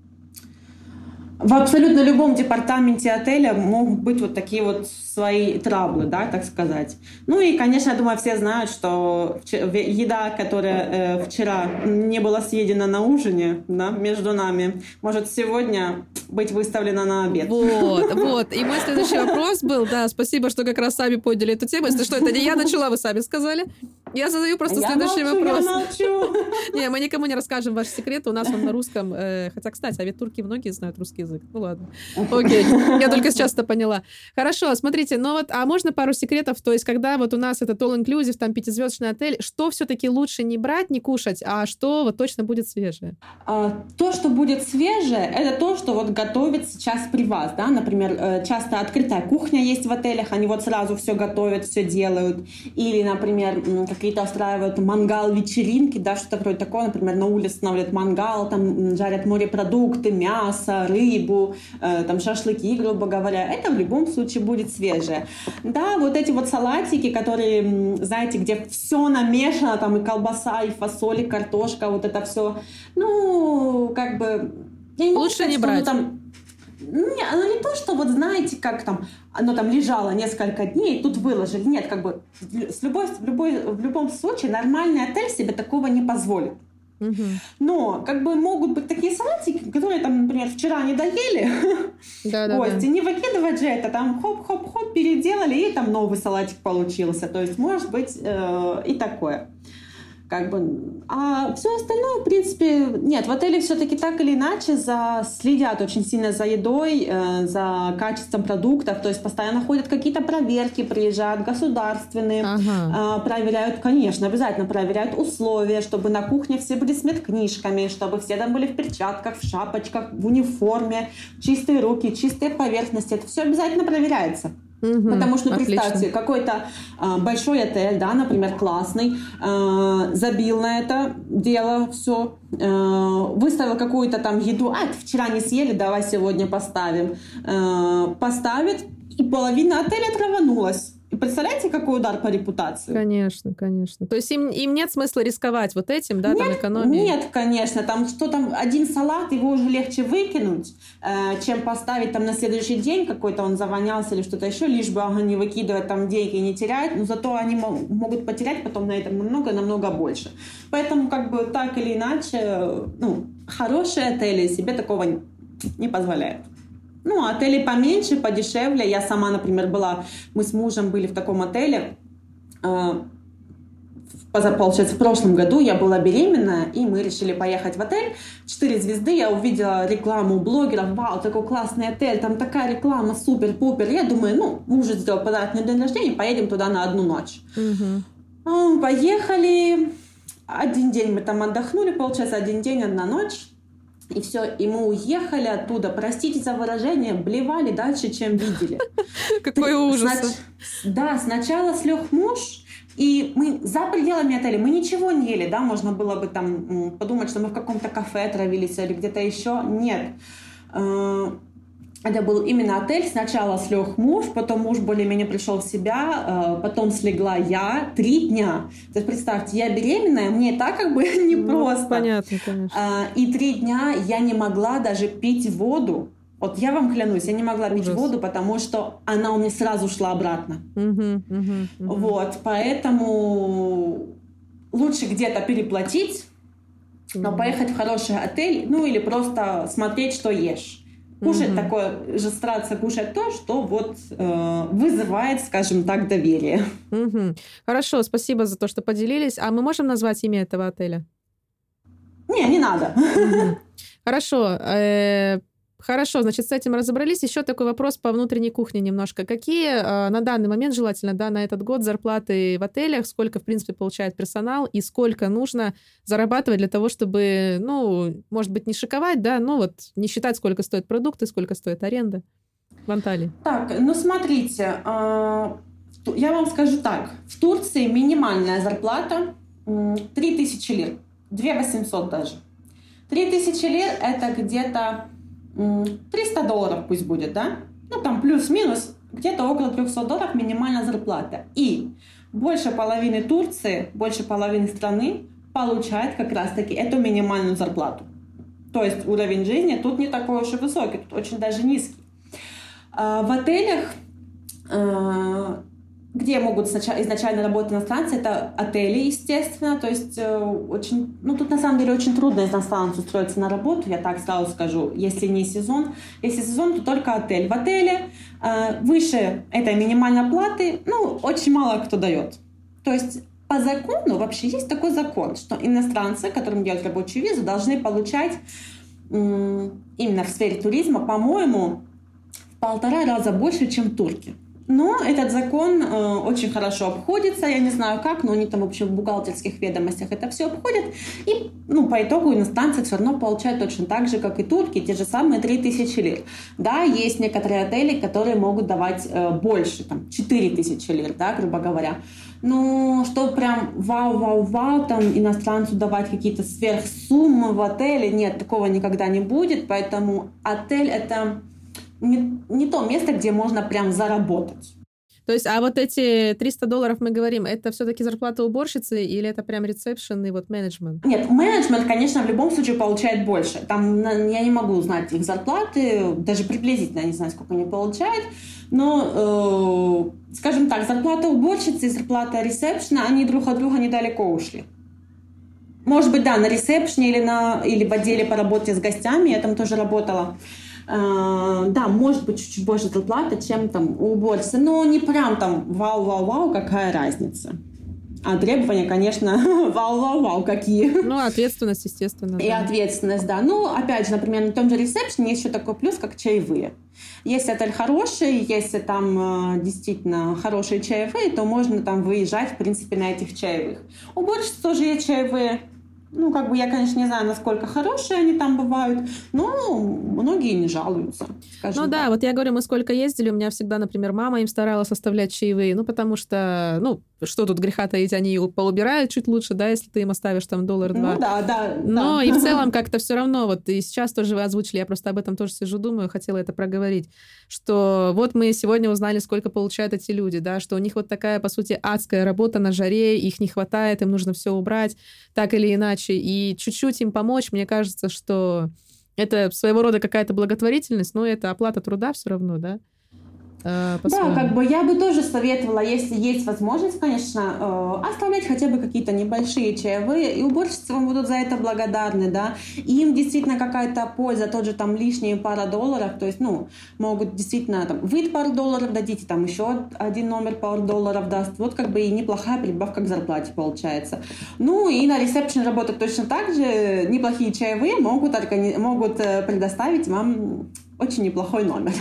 В абсолютно любом департаменте отеля могут быть вот такие вот свои траблы, да, так сказать. Ну и, конечно, я думаю, все знают, что еда, которая вчера не была съедена на ужине, да, между нами, может сегодня быть выставлена на обед. Вот. И мой следующий вопрос был, да, спасибо, что как раз сами подняли эту тему. Если что, это не я начала, вы сами сказали. Я задаю просто следующий вопрос. Я молчу. Не, мы никому не расскажем ваши секреты, у нас он на русском. Хотя, кстати, а ведь турки многие знают русский язык. Ну ладно. Окей, я только сейчас это поняла. Хорошо, смотрите, ну вот, а можно пару секретов? То есть, когда вот у нас этот all-inclusive, там, 5-звездочный отель, что все-таки лучше не брать, не кушать, а что вот точно будет свежее? То, что будет свежее, это то, что вот готовят сейчас при вас, да, например, часто открытая кухня есть в отелях, они вот сразу все готовят, все делают, или, например, какие-то устраивают мангал-вечеринки, да, что-то вроде такого, например, на улице становят мангал, там жарят морепродукты, мясо, рыбу, там шашлыки, грубо говоря, это в любом случае будет свежее. Да, вот эти вот салатики, которые, знаете, где все намешано, там и колбаса, и фасоль, и картошка, вот это все, ну, как бы... Лучше не брать. Оно не то, что вот знаете, как там, оно там лежало несколько дней, тут выложили. Нет, как бы в любом случае нормальный отель себе такого не позволит. Угу. Но как бы могут быть такие салатики, которые там, например, вчера не доели гости, не выкидывать же это, там хоп-хоп-хоп переделали, и там новый салатик получился. То есть может быть и такое. Как бы, а все остальное, в принципе, нет, в отеле все-таки так или иначе следят очень сильно за едой, за качеством продуктов, то есть постоянно ходят какие-то проверки, приезжают государственные, проверяют, конечно, обязательно проверяют условия, чтобы на кухне все были с медкнижками, чтобы все там были в перчатках, в шапочках, в униформе, чистые руки, чистые поверхности, это все обязательно проверяется. Потому что, отлично. представьте, какой-то большой отель, да, например, классный, забил на это дело все, выставил какую-то там еду, это вчера не съели, давай сегодня поставим, поставит, и половина отеля траванулась. И представляете, какой удар по репутации? Конечно, конечно. То есть им нет смысла рисковать вот этим, да, там экономией? Нет, конечно. Там один салат, его уже легче выкинуть, чем поставить там на следующий день какой-то он завонялся или что-то еще, лишь бы не выкидывать там деньги и не терять. Но зато они могут потерять потом на этом намного больше. Поэтому как бы так или иначе, хорошие отели себе такого не позволяют. Отели поменьше, подешевле. Я сама, например, мы с мужем были в таком отеле. Получается, в прошлом году я была беременная, и мы решили поехать в отель. 4 звезды, я увидела рекламу блогеров. Вау, такой классный отель, там такая реклама, супер-пупер. Я думаю, муж сделал подарок на день рождения, поедем туда на одну ночь. Поехали. Один день мы там отдохнули, получается, один день, одна ночь. И все, и мы уехали оттуда, простите за выражение, блевали дальше, чем видели. Какой ужас. Да, сначала слег муж, и мы за пределами отеля, мы ничего не ели, да, можно было бы там подумать, что мы в каком-то кафе отравились или где-то еще. Нет. Это был именно отель. Сначала слег муж, потом муж более-менее пришел в себя, потом слегла я 3 дня. То есть, представьте, я беременная, мне и так как бы непросто. Понятно, конечно. И 3 дня я не могла даже пить воду. Вот я вам клянусь, я не могла пить воду, потому что она у меня сразу шла обратно. Вот, поэтому лучше где-то переплатить, но поехать в хороший отель, или просто смотреть, что ешь. Кушать такое, же стараться кушать то, что вызывает, скажем так, доверие. Хорошо, спасибо за то, что поделились. А мы можем назвать имя этого отеля? Не надо. Хорошо, значит, с этим разобрались. Еще такой вопрос по внутренней кухне немножко. Какие на данный момент, желательно, да, на этот год зарплаты в отелях, сколько, в принципе, получает персонал и сколько нужно зарабатывать для того, чтобы, может быть, не шиковать, да, не считать, сколько стоят продукты, сколько стоит аренда в Анталии? Так, смотрите, я вам скажу так. В Турции минимальная зарплата 3000 лир, 2800 даже. 3000 лир – это где-то $300 пусть будет, да? Там плюс-минус где-то около $300 минимальная зарплата. И больше половины Турции, больше половины страны получает как раз-таки эту минимальную зарплату. То есть уровень жизни тут не такой уж и высокий, тут очень даже низкий. В отелях, где могут изначально работать иностранцы, это отели, естественно, то есть тут на самом деле очень трудно иностранцу устроиться на работу, я так сразу скажу, если не сезон. Если сезон, то только отель. В отеле выше этой минимальной платы, очень мало кто дает. То есть по закону, вообще есть такой закон, что иностранцы, которым делают рабочую визу, должны получать именно в сфере туризма, по-моему, в 1,5 раза больше, чем турки. Но этот закон очень хорошо обходится, я не знаю как, но они там, в общем, в бухгалтерских ведомостях это все обходят. И, по итогу иностранцы все равно получают точно так же, как и турки, те же самые 3000 лир. Да, есть некоторые отели, которые могут давать больше, 4000 лир, да, грубо говоря. Но что прям вау, там иностранцу давать какие-то сверхсуммы в отеле, нет, такого никогда не будет, поэтому отель это не то место, где можно прям заработать. То есть, а вот эти $300 мы говорим, это все-таки зарплата уборщицы или это прям ресепшн и менеджмент? Нет, менеджмент, конечно, в любом случае получает больше. Там я не могу узнать их зарплаты, даже приблизительно не знаю, сколько они получают. Но, скажем так, зарплата уборщицы и зарплата ресепшна, они друг от друга недалеко ушли. Может быть, да, на ресепшне или в отделе по работе с гостями, я там тоже работала. Да, может быть, чуть-чуть больше зарплаты, чем там у уборщицы, но не прям там вау, какая разница. А требования, конечно, вау, какие. Ответственность, естественно. И ответственность, да. Опять же, например, на том же ресепшене есть еще такой плюс, как чаевые. Если отель хороший, если там действительно хорошие чаевые, то можно там выезжать, в принципе, на этих чаевых. У уборщиц тоже есть чаевые. Ну, как бы я, конечно, не знаю, насколько хорошие они там бывают, но многие не жалуются, скажем Ну так. да, вот я говорю, мы сколько ездили, у меня всегда, например, мама им старалась оставлять чаевые, ну, потому что, ну, что тут греха таить, они поубирают чуть лучше, да, если ты им оставишь там $1-2. Ну да. Но и в целом как-то все равно, вот и сейчас тоже вы озвучили, я просто об этом тоже сижу, думаю, хотела это проговорить, что вот мы сегодня узнали, сколько получают эти люди, да, что у них вот такая, по сути, адская работа на жаре, их не хватает, им нужно все убрать, так или иначе, и чуть-чуть им помочь, мне кажется, что это своего рода какая-то благотворительность, но это оплата труда все равно, да? Да, как бы я бы тоже советовала, если есть возможность, конечно, оставлять хотя бы какие-то небольшие чаевые, и уборщицы вам будут за это благодарны, да, и им действительно какая-то польза, тот же там лишние пара долларов, то есть, ну, могут действительно, там, вы пару долларов дадите, там, еще один номер пару долларов даст, вот как бы и неплохая прибавка к зарплате получается. Ну, и на ресепшн работать точно так же, неплохие чаевые могут предоставить вам очень неплохой номер.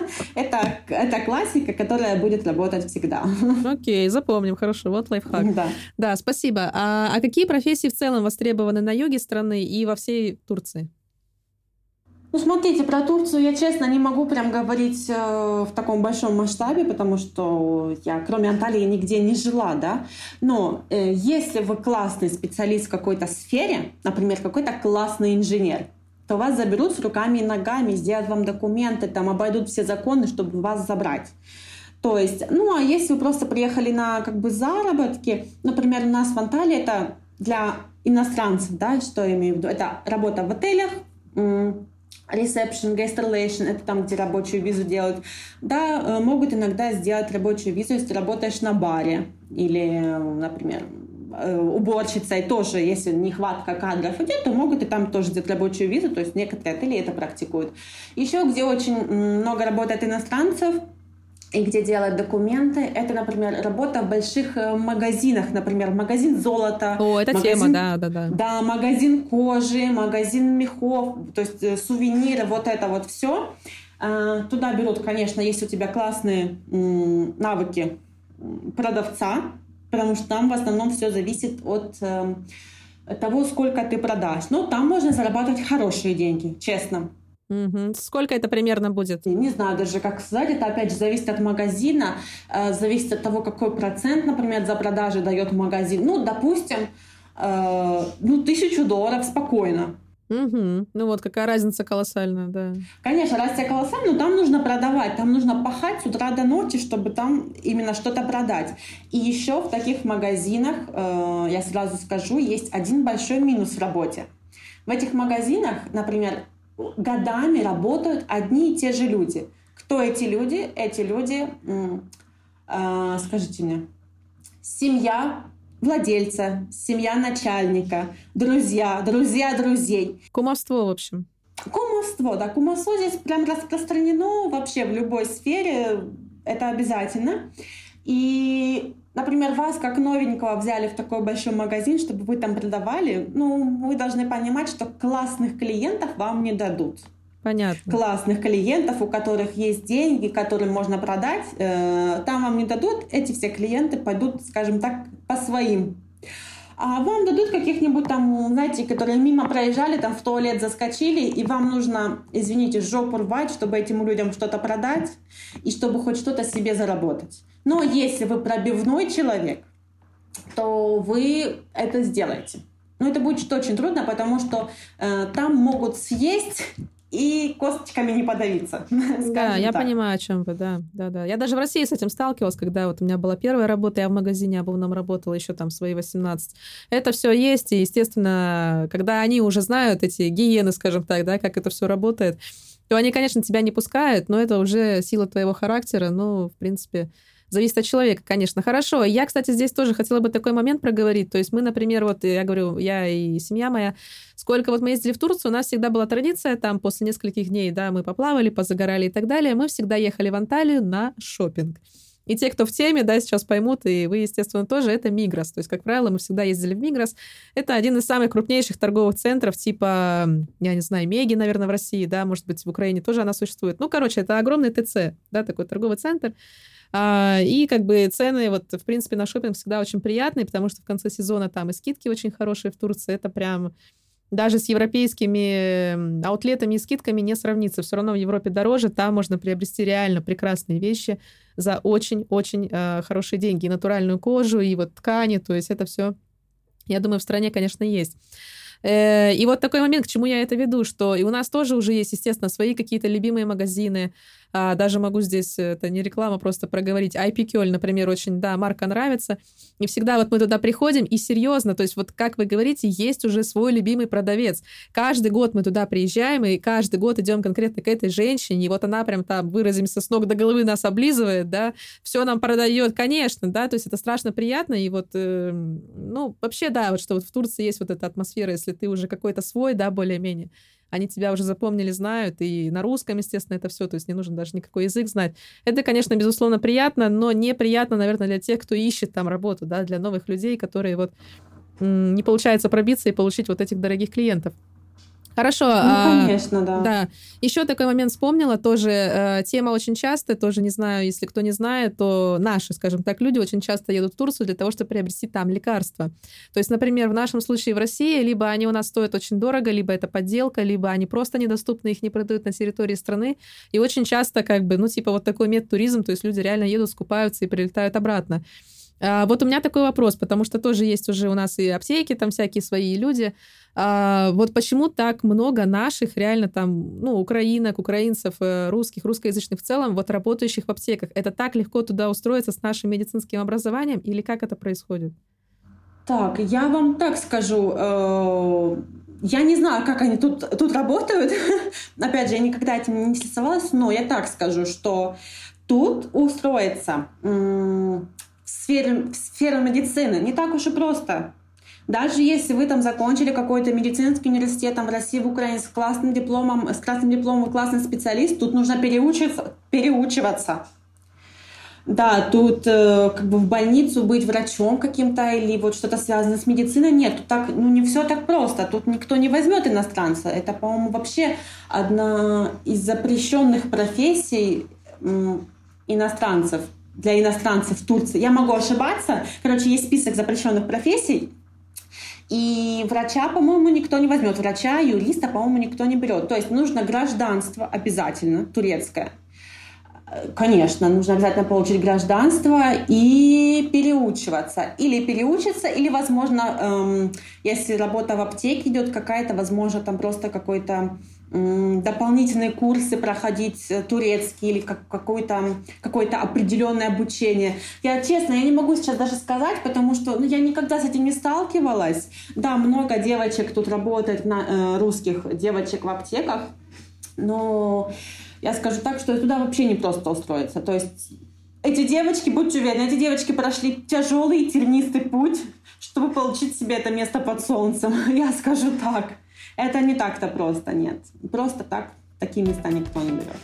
Это классика, которая будет работать всегда. Окей, запомним, хорошо, вот лайфхак. Да, спасибо. А какие профессии в целом востребованы на юге страны и во всей Турции? Ну, смотрите, про Турцию я, честно, не могу прям говорить в таком большом масштабе, потому что я, кроме Анталии, нигде не жила, да. Но если вы классный специалист в какой-то сфере, например, какой-то классный инженер, то вас заберут с руками и ногами, сделают вам документы, там, обойдут все законы, чтобы вас забрать. То есть, ну, а если вы просто приехали на, как бы, заработки, например, у нас в Анталии это для иностранцев, да, что я имею в виду, это работа в отелях, reception, guest relation, это там, где рабочую визу делают, да, могут иногда сделать рабочую визу, если ты работаешь на баре или, например, уборщицей тоже, если нехватка кадров идет, то могут и там тоже сделать рабочую визу, то есть некоторые отели это практикуют. Еще где очень много работает иностранцев и где делают документы, это, например, работа в больших магазинах, например, магазин золота. О, это тема, да. Да, магазин кожи, магазин мехов, то есть сувениры, вот это вот все. Туда берут, конечно, если у тебя классные навыки продавца, потому что там в основном все зависит от того, сколько ты продашь. Но там можно зарабатывать хорошие деньги, честно. Угу. Сколько это примерно будет? Не знаю даже, как сказать. Это, опять же, зависит от магазина, зависит от того, какой процент, например, за продажи дает магазин. Ну, допустим, $1000 спокойно. Угу. Ну вот, какая разница колоссальная, да. Конечно, разница колоссальная, но там нужно продавать, там нужно пахать с утра до ночи, чтобы там именно что-то продать. И еще в таких магазинах, я сразу скажу, есть один большой минус в работе. В этих магазинах, например, годами работают одни и те же люди. Кто эти люди? Эти люди, скажите мне, семья владельца, семья начальника, друзья друзей. Кумовство, в общем. Кумовство, да. Кумовство здесь прям распространено вообще в любой сфере. Это обязательно. И, например, вас как новенького взяли в такой большой магазин, чтобы вы там продавали. Ну, вы должны понимать, что классных клиентов вам не дадут. Понятно. Классных клиентов, у которых есть деньги, которым можно продать, там вам не дадут. Эти все клиенты пойдут, скажем так, по своим. А вам дадут каких-нибудь там, знаете, которые мимо проезжали, там в туалет заскочили, и вам нужно, извините, жопу рвать, чтобы этим людям что-то продать и чтобы хоть что-то себе заработать. Но если вы пробивной человек, то вы это сделаете. Но это будет очень трудно, потому что там могут съесть и косточками не подавиться. Да, я понимаю, о чем вы, да. Я даже в России с этим сталкивалась, когда вот у меня была первая работа, я в магазине обувном работала еще там в свои 18. Это все есть, и, естественно, когда они уже знают, эти гиены, скажем так, да, как это все работает, то они, конечно, тебя не пускают, но это уже сила твоего характера, ну, в принципе, зависит от человека, конечно. Хорошо. Я, кстати, здесь тоже хотела бы такой момент проговорить. То есть мы, например, вот я говорю, я и семья моя, сколько вот мы ездили в Турцию, у нас всегда была традиция, там после нескольких дней, да, мы поплавали, позагорали и так далее, мы всегда ехали в Анталию на шопинг. И те, кто в теме, да, сейчас поймут, и вы, естественно, тоже, это Мигрос. То есть, как правило, мы всегда ездили в Мигрос. Это один из самых крупнейших торговых центров, типа, я не знаю, Меги, наверное, в России, да, может быть, в Украине тоже она существует. Ну, короче, это огромный ТЦ, да, такой торговый центр. И как бы цены, вот, в принципе, на шопинг всегда очень приятные, потому что в конце сезона там и скидки очень хорошие в Турции. Это прям даже с европейскими аутлетами и скидками не сравнится. Все равно в Европе дороже, там можно приобрести реально прекрасные вещи за очень-очень хорошие деньги. И натуральную кожу, и вот ткани, то есть это все, я думаю, в стране, конечно, есть. И вот такой момент, к чему я это веду, что и у нас тоже уже есть, естественно, свои какие-то любимые магазины. Даже могу здесь, это не реклама, просто проговорить. IP Köln, например, очень, да, марка нравится. И всегда вот мы туда приходим, и серьезно, то есть вот как вы говорите, есть уже свой любимый продавец. Каждый год мы туда приезжаем, и каждый год идем конкретно к этой женщине, и вот она прям там, выразимся, с ног до головы нас облизывает, да, все нам продает, конечно, да, то есть это страшно приятно, и вот, ну, вообще, да, вот что вот в Турции есть вот эта атмосфера, если ты уже какой-то свой, да, более-менее, они тебя уже запомнили, знают, и на русском, естественно, это все, то есть не нужно даже никакой язык знать. Это, конечно, безусловно, приятно, но неприятно, наверное, для тех, кто ищет там работу, да, для новых людей, которые вот не получается пробиться и получить вот этих дорогих клиентов. Хорошо. Ну, конечно, да. Да. Еще такой момент вспомнила, тоже тема очень часто, тоже не знаю, если кто не знает, то наши, скажем так, люди очень часто едут в Турцию для того, чтобы приобрести там лекарства. То есть, например, в нашем случае в России либо они у нас стоят очень дорого, либо это подделка, либо они просто недоступны, их не продают на территории страны. И очень часто как бы, ну, типа вот такой медтуризм, то есть люди реально едут, скупаются и прилетают обратно. Вот у меня такой вопрос, потому что тоже есть уже у нас и аптеки, там всякие свои люди. Вот почему так много наших реально там, ну, украинок, украинцев, русских, русскоязычных в целом, вот работающих в аптеках? Это так легко туда устроиться с нашим медицинским образованием или как это происходит? Так, я вам так скажу, я не знаю, как они тут работают. Опять же, я никогда этим не интересовалась, но я так скажу, что тут устроиться в сферу медицины не так уж и просто. Даже если вы там закончили какой-то медицинский университет там, в России, в Украине с красным дипломом, вы классный специалист, тут нужно переучиваться. Да, тут как бы в больницу быть врачом каким-то или вот что-то связанное с медициной. Нет, тут так, ну не все так просто. Тут никто не возьмет иностранца. Это, по-моему, вообще одна из запрещенных профессий иностранцев. Для иностранцев в Турции. Я могу ошибаться. Короче, есть список запрещенных профессий. И врача, по-моему, никто не возьмет. Врача, юриста, по-моему, никто не берет. То есть нужно гражданство обязательно, турецкое. Конечно, нужно обязательно получить гражданство и переучиваться. Или переучиться, или, возможно, если работа в аптеке идет какая-то, возможно, там просто какой-то дополнительные курсы проходить турецкий или какое-то определенное обучение. Я не могу сейчас даже сказать, потому что я никогда с этим не сталкивалась. Да, много девочек тут работает, русских девочек в аптеках, но я скажу так, что туда вообще не просто устроиться. То есть эти девочки, будьте уверены, эти девочки прошли тяжелый и тернистый путь, чтобы получить себе это место под солнцем. Я скажу так. Это не так-то просто, нет. Просто так такие места никто не берет.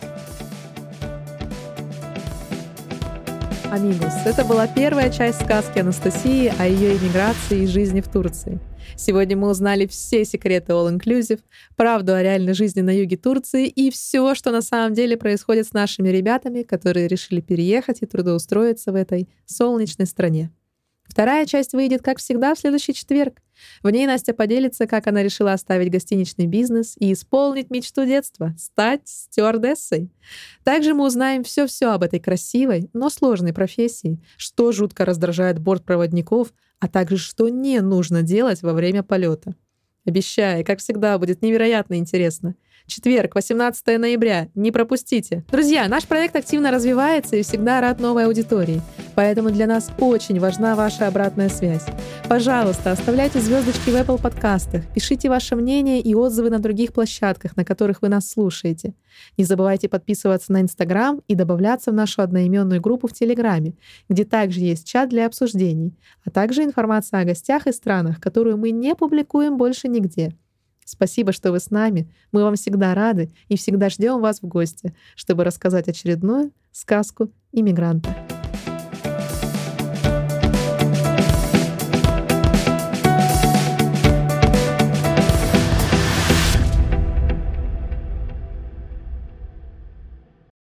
Амигос, это была первая часть сказки Анастасии о ее иммиграции и жизни в Турции. Сегодня мы узнали все секреты All Inclusive, правду о реальной жизни на юге Турции и все, что на самом деле происходит с нашими ребятами, которые решили переехать и трудоустроиться в этой солнечной стране. Вторая часть выйдет, как всегда, в следующий четверг. В ней Настя поделится, как она решила оставить гостиничный бизнес и исполнить мечту детства — стать стюардессой. Также мы узнаем все-все об этой красивой, но сложной профессии, что жутко раздражает бортпроводников, а также что не нужно делать во время полета. Обещаю, как всегда, будет невероятно интересно. Четверг, 18 ноября. Не пропустите. Друзья, наш проект активно развивается и всегда рад новой аудитории. Поэтому для нас очень важна ваша обратная связь. Пожалуйста, оставляйте звездочки в Apple подкастах, пишите ваше мнение и отзывы на других площадках, на которых вы нас слушаете. Не забывайте подписываться на Instagram и добавляться в нашу одноименную группу в Телеграме, где также есть чат для обсуждений, а также информация о гостях и странах, которую мы не публикуем больше нигде. Спасибо, что вы с нами. Мы вам всегда рады и всегда ждем вас в гости, чтобы рассказать очередную сказку иммигранта.